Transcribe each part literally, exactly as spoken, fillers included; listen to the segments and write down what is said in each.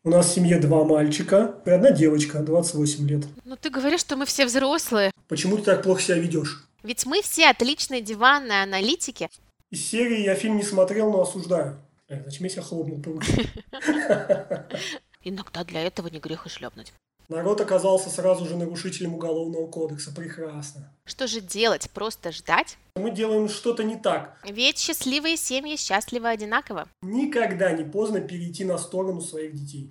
У нас в семье два мальчика и одна девочка, двадцать восемь лет. Ну ты говоришь, что мы все взрослые. Почему ты так плохо себя ведешь? Ведь мы все отличные диванные аналитики. Из серии «Я фильм не смотрел, но осуждаю». Э, зачем я себя хлопнул по руке? Иногда для этого не грех и шлепнуть. Народ оказался сразу же нарушителем уголовного кодекса. Прекрасно. Что же делать? Просто ждать? Мы делаем что-то не так. Ведь счастливые семьи счастливы одинаково. Никогда не поздно перейти на сторону своих детей.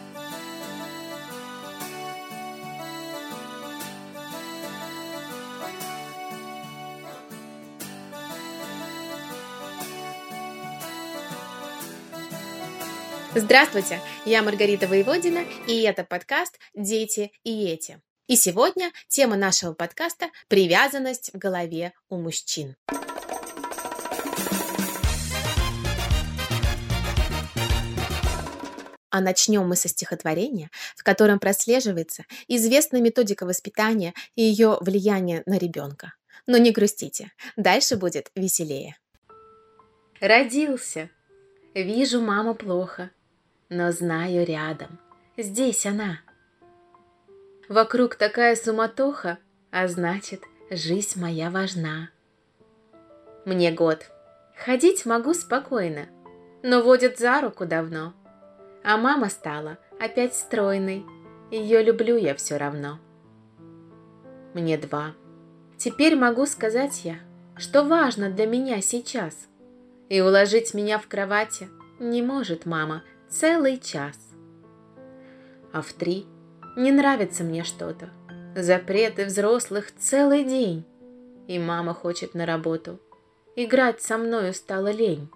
Здравствуйте, я Маргарита Воеводина, и это подкаст «Дети и эти». И сегодня тема нашего подкаста – привязанность в голове у мужчин. А начнем мы со стихотворения, в котором прослеживается известная методика воспитания и ее влияние на ребенка. Но не грустите, дальше будет веселее. Родился. Вижу маму плохо, но знаю рядом. Здесь она. Вокруг такая суматоха, а значит, жизнь моя важна. Мне год. Ходить могу спокойно, но водит за руку давно. А мама стала опять стройной, ее люблю я все равно. Мне два. Теперь могу сказать я, что важно для меня сейчас. И уложить меня в кровати не может мама целый час. А в три не нравится мне что-то. Запреты взрослых целый день. И мама хочет на работу. Играть со мною стало лень.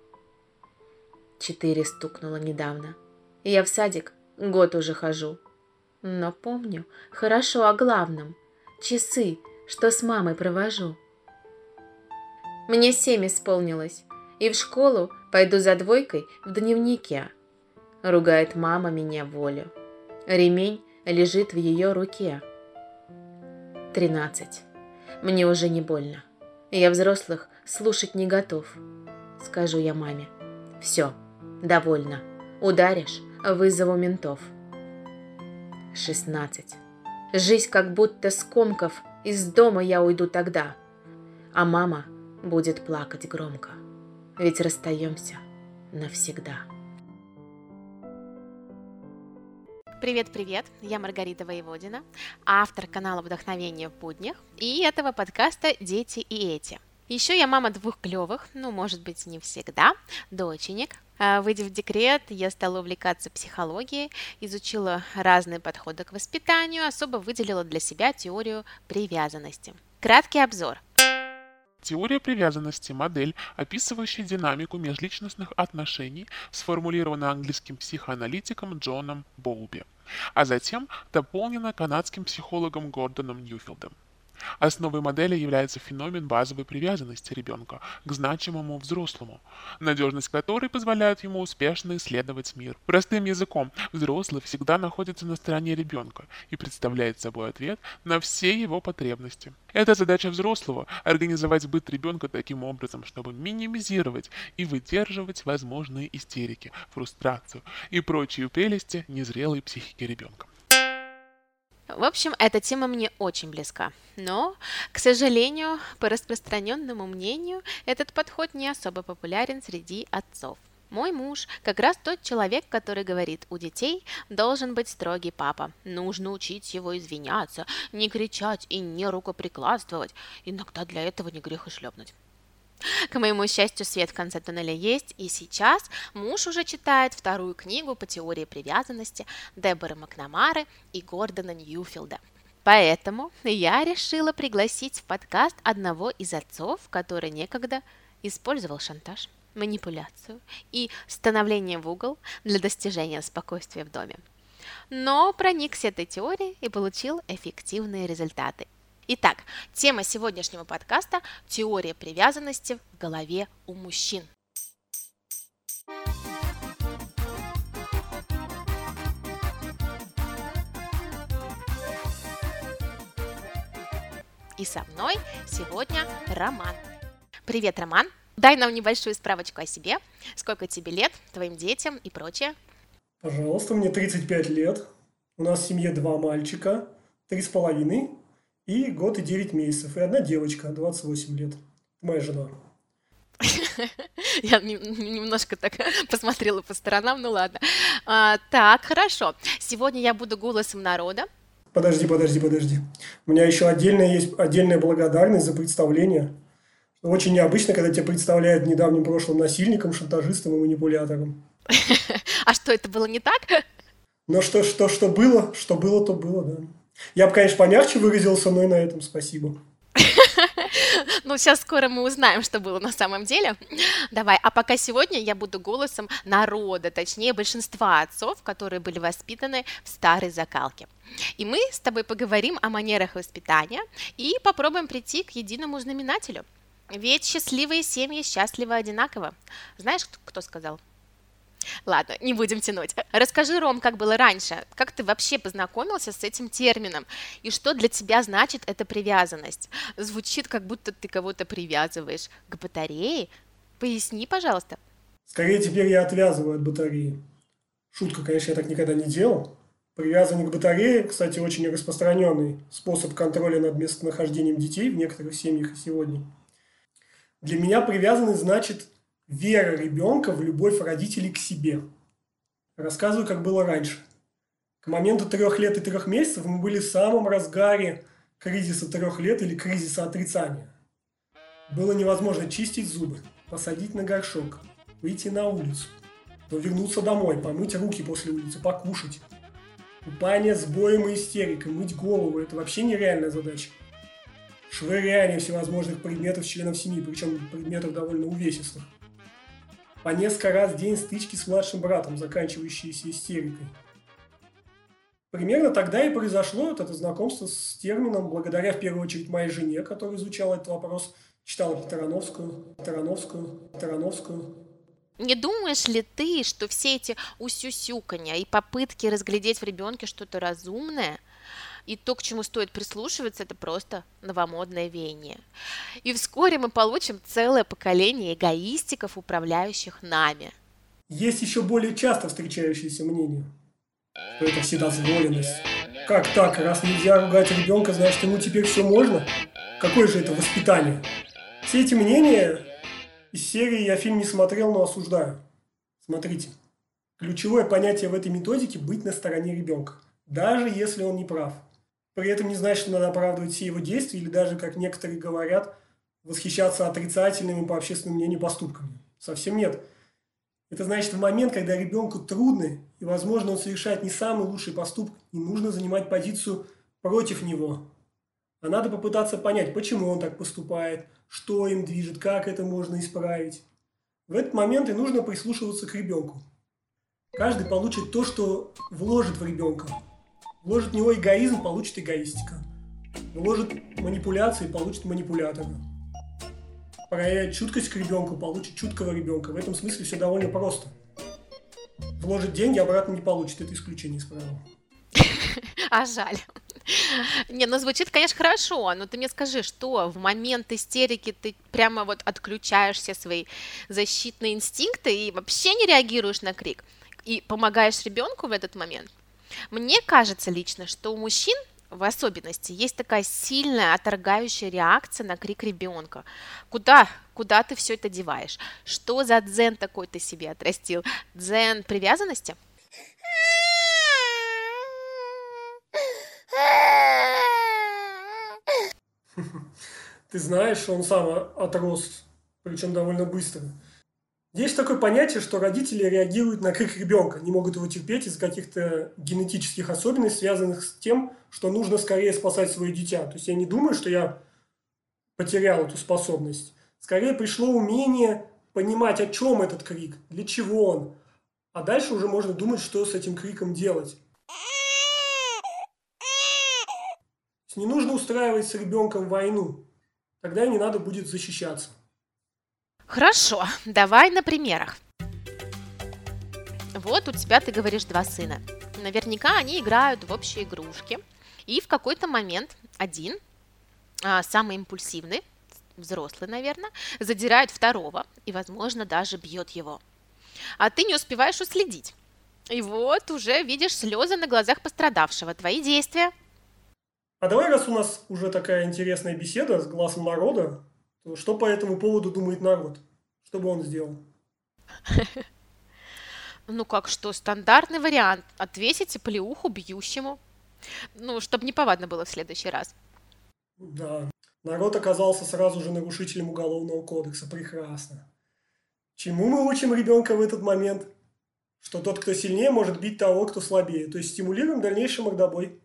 Четыре стукнуло недавно. Я в садик год уже хожу. Но помню хорошо о главном. Часы, что с мамой провожу. Мне семь исполнилось. И в школу пойду за двойкой в дневнике. Ругает мама меня волю. Ремень лежит в ее руке. Тринадцать. Мне уже не больно. Я взрослых слушать не готов. Скажу я маме. Все, довольно. Ударишь, вызову ментов. Шестнадцать. Жизнь как будто скомков. Из дома я уйду тогда. А мама будет плакать громко. Ведь расстаемся навсегда. Привет-привет, я Маргарита Воеводина, автор канала «Вдохновение в буднях» и этого подкаста «Дети и эти». Еще я мама двух клевых, ну, может быть, не всегда, доченек. Выйдя в декрет, я стала увлекаться психологией, изучила разные подходы к воспитанию, особо выделила для себя теорию привязанности. Краткий обзор. Теория привязанности – модель, описывающая динамику межличностных отношений, сформулирована английским психоаналитиком Джоном Боулби, а затем дополнена канадским психологом Гордоном Ньюфилдом. Основой модели является феномен базовой привязанности ребенка к значимому взрослому, надежность которой позволяет ему успешно исследовать мир. Простым языком, взрослый всегда находится на стороне ребенка и представляет собой ответ на все его потребности. Это задача взрослого – организовать быт ребенка таким образом, чтобы минимизировать и выдерживать возможные истерики, фрустрацию и прочие прелести незрелой психики ребенка. В общем, эта тема мне очень близка, но, к сожалению, по распространенному мнению, этот подход не особо популярен среди отцов. Мой муж как раз тот человек, который говорит, у детей должен быть строгий папа, нужно учить его извиняться, не кричать и не рукоприкладствовать, иногда для этого не грех и шлепнуть. К моему счастью, свет в конце туннеля есть, и сейчас муж уже читает вторую книгу по теории привязанности Деборы Макнамары и Гордона Ньюфилда. Поэтому я решила пригласить в подкаст одного из отцов, который некогда использовал шантаж, манипуляцию и становление в угол для достижения спокойствия в доме. Но проникся этой теорией и получил эффективные результаты. Итак, тема сегодняшнего подкаста – теория привязанности в голове у мужчин. И со мной сегодня Роман. Привет, Роман. Дай нам небольшую справочку о себе. Сколько тебе лет, твоим детям и прочее. Пожалуйста, мне тридцать пять лет. У нас в семье два мальчика, три с половиной и год и девять месяцев. И одна девочка, двадцать восемь лет. Моя жена. Я нем- немножко так посмотрела по сторонам, ну ладно. А, так, хорошо. Сегодня я буду голосом народа. Подожди, подожди, подожди. У меня еще отдельная есть отдельная благодарность за представление. Очень необычно, когда тебя представляют в недавнем прошлом насильником, шантажистом и манипулятором. А что, это было не так? Но что, что, что было, что было, то было, да. Я бы, конечно, помягче выразился, но и на этом спасибо. Ну, сейчас скоро мы узнаем, что было на самом деле. Давай, а пока сегодня я буду голосом народа, точнее большинства отцов, которые были воспитаны в старой закалке. И мы с тобой поговорим о манерах воспитания и попробуем прийти к единому знаменателю. Ведь счастливые семьи счастливы одинаково. Знаешь, кто кто сказал? Ладно, не будем тянуть. Расскажи, Ром, как было раньше. Как ты вообще познакомился с этим термином? И что для тебя значит эта привязанность? Звучит, как будто ты кого-то привязываешь к батарее. Поясни, пожалуйста. Скорее теперь я отвязываю от батареи. Шутка, конечно, я так никогда не делал. Привязывание к батарее, кстати, очень распространенный способ контроля над местонахождением детей в некоторых семьях и сегодня. Для меня привязанность значит вера ребенка в любовь родителей к себе. Рассказываю, как было раньше. К моменту трех лет и трех месяцев мы были в самом разгаре кризиса трех лет или кризиса отрицания. Было невозможно чистить зубы, посадить на горшок, выйти на улицу, то вернуться домой, помыть руки после улицы, покушать. Купание с боем и истерикой, мыть голову – это вообще нереальная задача. Швыряние всевозможных предметов членов семьи, причем предметов довольно увесистых. По несколько раз в день стычки с младшим братом, заканчивающиеся истерикой. Примерно тогда и произошло вот это знакомство с термином, благодаря в первую очередь моей жене, которая изучала этот вопрос, читала Тарановскую, Тарановскую, Тарановскую. Не думаешь ли ты, что все эти усюсюканья и попытки разглядеть в ребенке что-то разумное, и то, к чему стоит прислушиваться, это просто новомодное веяние? И вскоре мы получим целое поколение эгоистиков, управляющих нами. Есть еще более часто встречающееся мнение, что это вседозволенность. Как так? Раз нельзя ругать ребенка, значит, ему теперь все можно? Какое же это воспитание? Все эти мнения из серии «Я фильм не смотрел, но осуждаю». Смотрите. Ключевое понятие в этой методике – быть на стороне ребенка, даже если он не прав. При этом не значит, что надо оправдывать все его действия или даже, как некоторые говорят, восхищаться отрицательными по общественному мнению поступками. Совсем нет. Это значит, в момент, когда ребенку трудно и, возможно, он совершает не самый лучший поступок, не нужно занимать позицию против него. А надо попытаться понять, почему он так поступает, что им движет, как это можно исправить. В этот момент и нужно прислушиваться к ребенку. Каждый получит то, что вложит в ребенка. Вложит в него эгоизм, получит эгоистика. Вложит манипуляции, получит манипулятора. Проявит чуткость к ребенку, получит чуткого ребенка. В этом смысле все довольно просто. Вложит деньги, обратно не получит. Это исключение из правил. А жаль. Не, ну звучит, конечно, хорошо, но ты мне скажи, что в момент истерики ты прямо вот отключаешь все свои защитные инстинкты и вообще не реагируешь на крик, и помогаешь ребенку в этот момент? Мне кажется лично, что у мужчин в особенности есть такая сильная отторгающая реакция на крик ребенка. Куда, куда ты все это деваешь? Что за дзен такой ты себе отрастил? Дзен привязанности? Ты знаешь, он сам отрос, причем довольно быстро. Есть такое понятие, что родители реагируют на крик ребенка, не могут его терпеть из-за каких-то генетических особенностей, связанных с тем, что нужно скорее спасать свое дитя. То есть я не думаю, что я потерял эту способность. Скорее пришло умение понимать, о чем этот крик, для чего он. А дальше уже можно думать, что с этим криком делать. Не нужно устраивать с ребенком войну. Тогда не надо будет защищаться. Хорошо, давай на примерах. Вот у тебя, ты говоришь, два сына. Наверняка они играют в общие игрушки. И в какой-то момент один, а, самый импульсивный, взрослый, наверное, задирает второго и, возможно, даже бьет его. А ты не успеваешь уследить. И вот уже видишь слезы на глазах пострадавшего. Твои действия. А давай, раз у нас уже такая интересная беседа с глазом народа, то что по этому поводу думает народ? Что бы он сделал? Ну как что, стандартный вариант. Отвесить плеуху бьющему. Ну, чтобы неповадно было в следующий раз. Да, народ оказался сразу же нарушителем Уголовного кодекса. Прекрасно. Чему мы учим ребенка в этот момент? Что тот, кто сильнее, может бить того, кто слабее. То есть стимулируем дальнейший мордобой.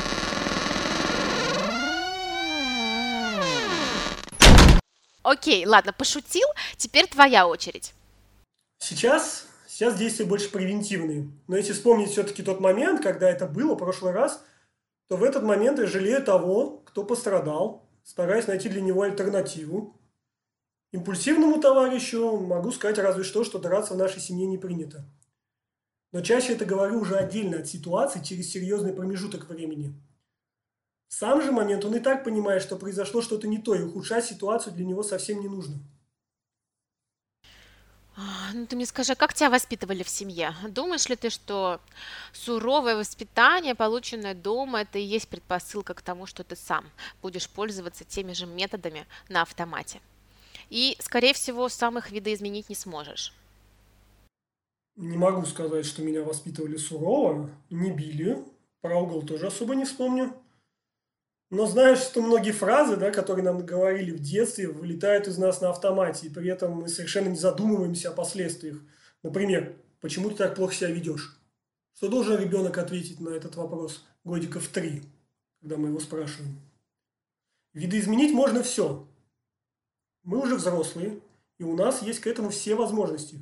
Окей, ладно, пошутил. Теперь твоя очередь. Сейчас, сейчас действия больше превентивные. Но если вспомнить все-таки тот момент, когда это было в прошлый раз, то в этот момент я жалею того, кто пострадал, стараясь найти для него альтернативу. Импульсивному товарищу могу сказать разве что, что драться в нашей семье не принято. Но чаще это говорю уже отдельно от ситуации, через серьезный промежуток времени. В сам же момент он и так понимает, что произошло что-то не то, и ухудшать ситуацию для него совсем не нужно. А, Ну ты мне скажи, а как тебя воспитывали в семье? Думаешь ли ты, что суровое воспитание, полученное дома, это и есть предпосылка к тому, что ты сам будешь пользоваться теми же методами на автомате? И, скорее всего, сам их видоизменить не сможешь. Не могу сказать, что меня воспитывали сурово, не били, про угол тоже особо не вспомню. Но знаешь, что многие фразы, да, которые нам говорили в детстве, вылетают из нас на автомате, и при этом мы совершенно не задумываемся о последствиях. Например, почему ты так плохо себя ведешь? Что должен ребенок ответить на этот вопрос годика в три, когда мы его спрашиваем? Видоизменить можно все. Мы уже взрослые, и у нас есть к этому все возможности.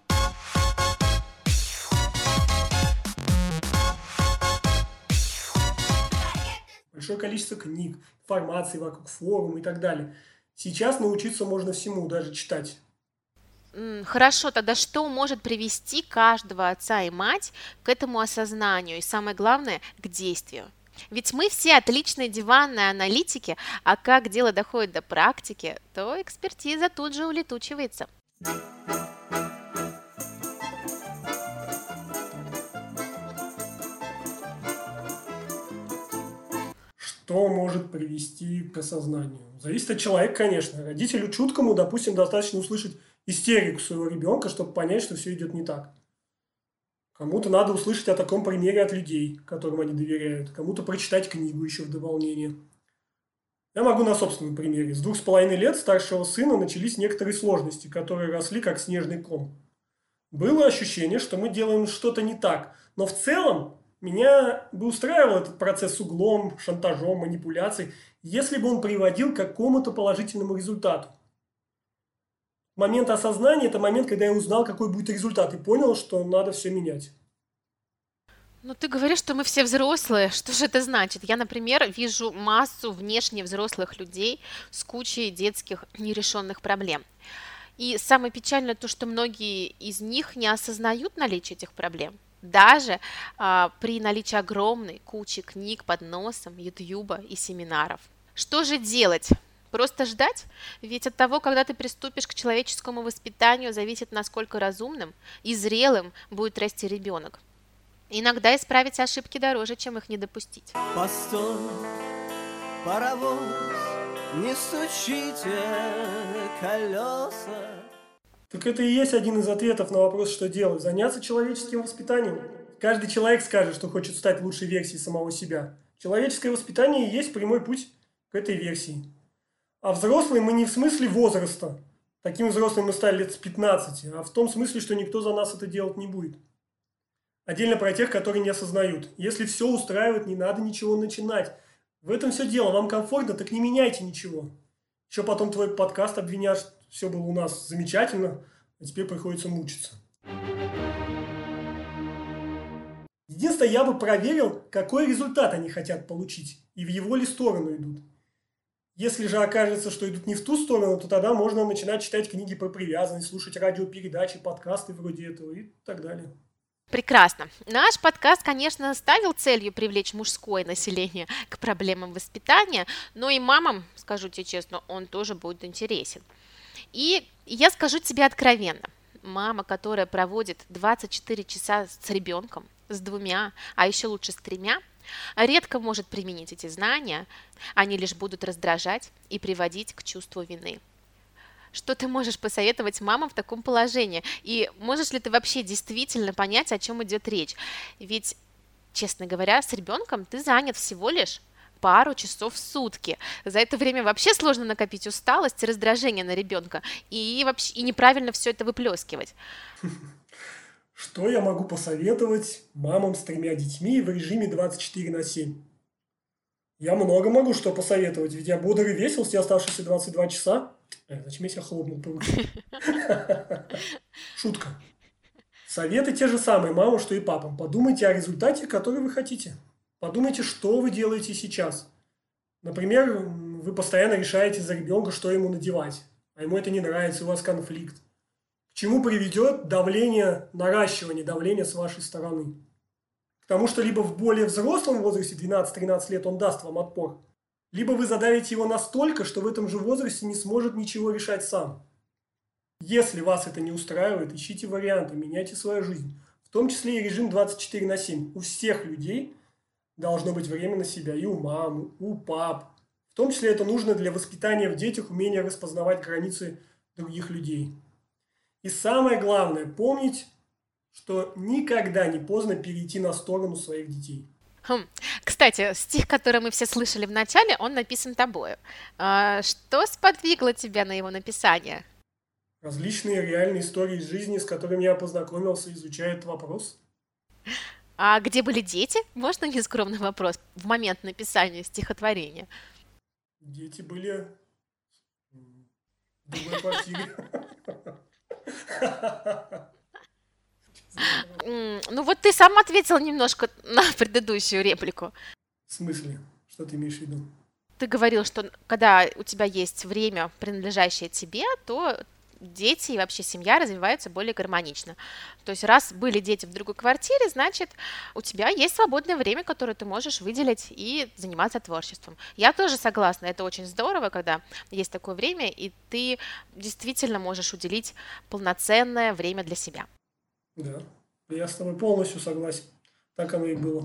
Большое количество книг, информации вокруг форума и так далее. Сейчас научиться можно всему, даже читать. М, Хорошо, тогда что может привести каждого отца и мать к этому осознанию и, самое главное, к действию? Ведь мы все отличные диванные аналитики, а как дело доходит до практики, то экспертиза тут же улетучивается. Что может привести к осознанию? Зависит от человека, конечно. Родителю чуткому, допустим, достаточно услышать истерику своего ребенка, чтобы понять, что все идет не так. Кому-то надо услышать о таком примере от людей, которым они доверяют. Кому-то прочитать книгу еще в дополнение. Я могу на собственном примере. С двух с половиной лет старшего сына начались некоторые сложности, которые росли как снежный ком. Было ощущение, что мы делаем что-то не так. Но в целом меня бы устраивал этот процесс с углом, шантажом, манипуляцией, если бы он приводил к какому-то положительному результату. Момент осознания – это момент, когда я узнал, какой будет результат, и понял, что надо все менять. Ну, ты говоришь, что мы все взрослые. Что же это значит? Я, например, вижу массу внешне взрослых людей с кучей детских нерешенных проблем. И самое печальное то, что многие из них не осознают наличие этих проблем. Даже а, при наличии огромной кучи книг под носом, ютьюба и семинаров. Что же делать? Просто ждать? Ведь от того, когда ты приступишь к человеческому воспитанию, зависит, насколько разумным и зрелым будет расти ребенок. Иногда исправить ошибки дороже, чем их не допустить. Постой, паровоз, не стучите колеса. Так это и есть один из ответов на вопрос, что делать. Заняться человеческим воспитанием. Каждый человек скажет, что хочет стать лучшей версией самого себя. Человеческое воспитание и есть прямой путь к этой версии. А взрослые мы не в смысле возраста. Таким взрослым мы стали лет с пятнадцати, а в том смысле, что никто за нас это делать не будет. Отдельно про тех, которые не осознают. Если все устраивает, не надо ничего начинать. В этом все дело. Вам комфортно, так не меняйте ничего. Еще потом твой подкаст обвинят, что все было у нас замечательно, а теперь приходится мучиться. Единственное, я бы проверил, какой результат они хотят получить, и в его ли сторону идут. Если же окажется, что идут не в ту сторону, то тогда можно начинать читать книги про привязанность, слушать радиопередачи, подкасты вроде этого и так далее. Прекрасно. Наш подкаст, конечно, ставил целью привлечь мужское население к проблемам воспитания, но и мамам, скажу тебе честно, он тоже будет интересен. И я скажу тебе откровенно, мама, которая проводит двадцать четыре часа с ребенком, с двумя, а еще лучше с тремя, редко может применить эти знания, они лишь будут раздражать и приводить к чувству вины. Что ты можешь посоветовать мамам в таком положении? И можешь ли ты вообще действительно понять, о чем идет речь? Ведь, честно говоря, с ребенком ты занят всего лишь пару часов в сутки. За это время вообще сложно накопить усталость и раздражение на ребенка и, вообще, и неправильно все это выплескивать. Что я могу посоветовать мамам с тремя детьми в режиме двадцать четыре на семь? Я много могу что посоветовать, ведь я бодр и весел все оставшиеся двадцать два часа. Э, зачем я себя хлопнул по руке? Шутка. Советы те же самые мамам, что и папам. Подумайте о результате, который вы хотите. Подумайте, что вы делаете сейчас. Например, вы постоянно решаете за ребенка, что ему надевать, а ему это не нравится, у вас конфликт. К чему приведет давление, наращивание давления с вашей стороны? К тому, что либо в более взрослом возрасте, двенадцать-тринадцать лет, он даст вам отпор, либо вы задавите его настолько, что в этом же возрасте не сможет ничего решать сам. Если вас это не устраивает, ищите варианты, меняйте свою жизнь. В том числе и режим двадцать четыре на семь. У всех людей должно быть время на себя. И у мамы, у пап. В том числе это нужно для воспитания в детях умения распознавать границы других людей. И самое главное, помнить, что никогда не поздно перейти на сторону своих детей. Хм. Кстати, стих, который мы все слышали в начале, он написан тобою. А что сподвигло тебя на его написание? Различные реальные истории из жизни, с которыми я познакомился, изучая этот вопрос. А где были дети? Можно нескромный вопрос в момент написания стихотворения? Дети были в другой квартире. Ну вот ты сам ответил немножко на предыдущую реплику. В смысле? Что ты имеешь в виду? Ты говорил, что когда у тебя есть время, принадлежащее тебе, то дети и вообще семья развиваются более гармонично. То есть раз были дети в другой квартире, значит, у тебя есть свободное время, которое ты можешь выделить и заниматься творчеством. Я тоже согласна, это очень здорово, когда есть такое время, и ты действительно можешь уделить полноценное время для себя. Да, я с тобой полностью согласен. Так оно и было.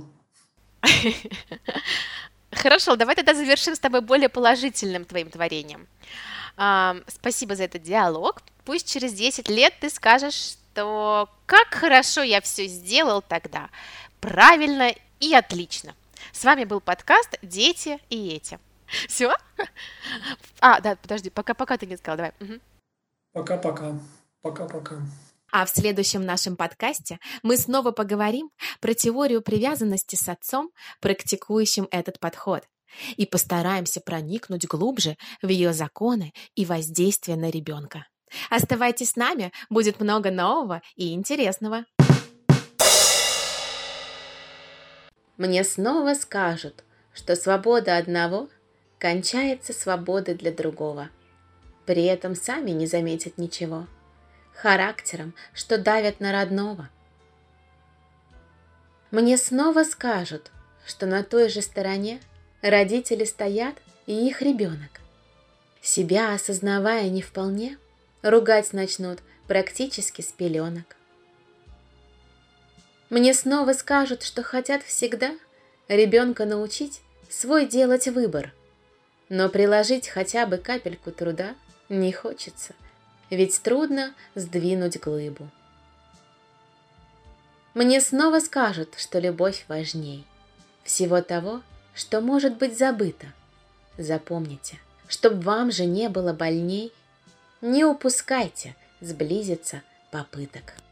Хорошо, давай тогда завершим с тобой более положительным твоим творением. А, спасибо за этот диалог. Пусть через десять лет ты скажешь, что как хорошо я все сделал тогда. Правильно и отлично. С вами был подкаст «Дети и эти». Все? А, да, подожди, пока-пока ты не сказала, давай. Угу. Пока-пока. Пока-пока. А в следующем нашем подкасте мы снова поговорим про теорию привязанности с отцом, практикующим этот подход, и постараемся проникнуть глубже в ее законы и воздействие на ребенка. Оставайтесь с нами, будет много нового и интересного. Мне снова скажут, что свобода одного кончается свободой для другого. При этом сами не заметят ничего. Характером, что давят на родного. Мне снова скажут, что на той же стороне родители стоят и их ребенок. Себя осознавая не вполне, ругать начнут практически с пеленок. Мне снова скажут, что хотят всегда ребенка научить свой делать выбор, но приложить хотя бы капельку труда не хочется. Ведь трудно сдвинуть глыбу. Мне снова скажут, что любовь важней всего того, что может быть забыто. Запомните, чтоб вам же не было больней, не упускайте сблизиться попыток.